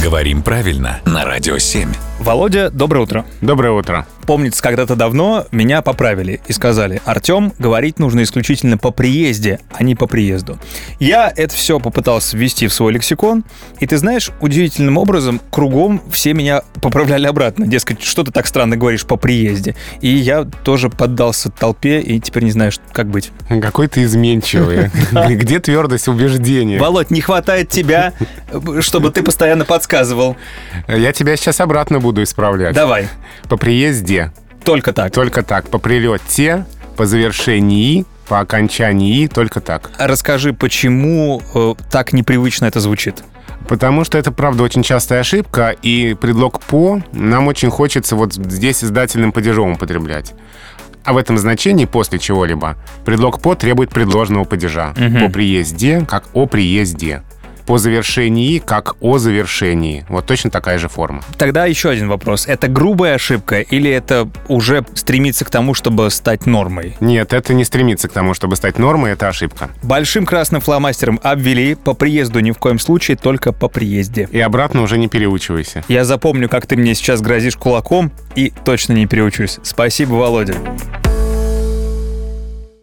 Говорим правильно на Радио 7. Володя, доброе утро. Доброе утро. Помнится, когда-то давно меня поправили и сказали: Артем, говорить нужно исключительно по приезде, а не по приезду. Я это все попытался ввести в свой лексикон, и ты знаешь, удивительным образом кругом все меня поправляли обратно. Дескать, что ты так странно говоришь по приезде. И я тоже поддался толпе, и теперь не знаю, как быть. Какой ты изменчивый. Где твердость убеждения? Володь, не хватает тебя, чтобы ты постоянно подсказывал. Я тебя сейчас обратно буду исправлять. Давай. По приезде. Только так. Только так. По прилете, по завершении, по окончании, только так. Расскажи, почему так непривычно это звучит? Потому что это, правда, очень частая ошибка, и предлог «по» нам очень хочется вот здесь издательным падежом употреблять. А в этом значении после чего-либо предлог «по» требует предложного падежа. По приезде, как «о приезде». По завершении, как «о завершении». Вот точно такая же форма. Тогда еще один вопрос. Это грубая ошибка или это уже стремится к тому, чтобы стать нормой? Нет, это не стремится к тому, чтобы стать нормой, это ошибка. Большим красным фломастером обвели: по приезду ни в коем случае, только по приезде. И обратно уже не переучивайся. Я запомню, как ты мне сейчас грозишь кулаком, и точно не переучусь. Спасибо, Володя.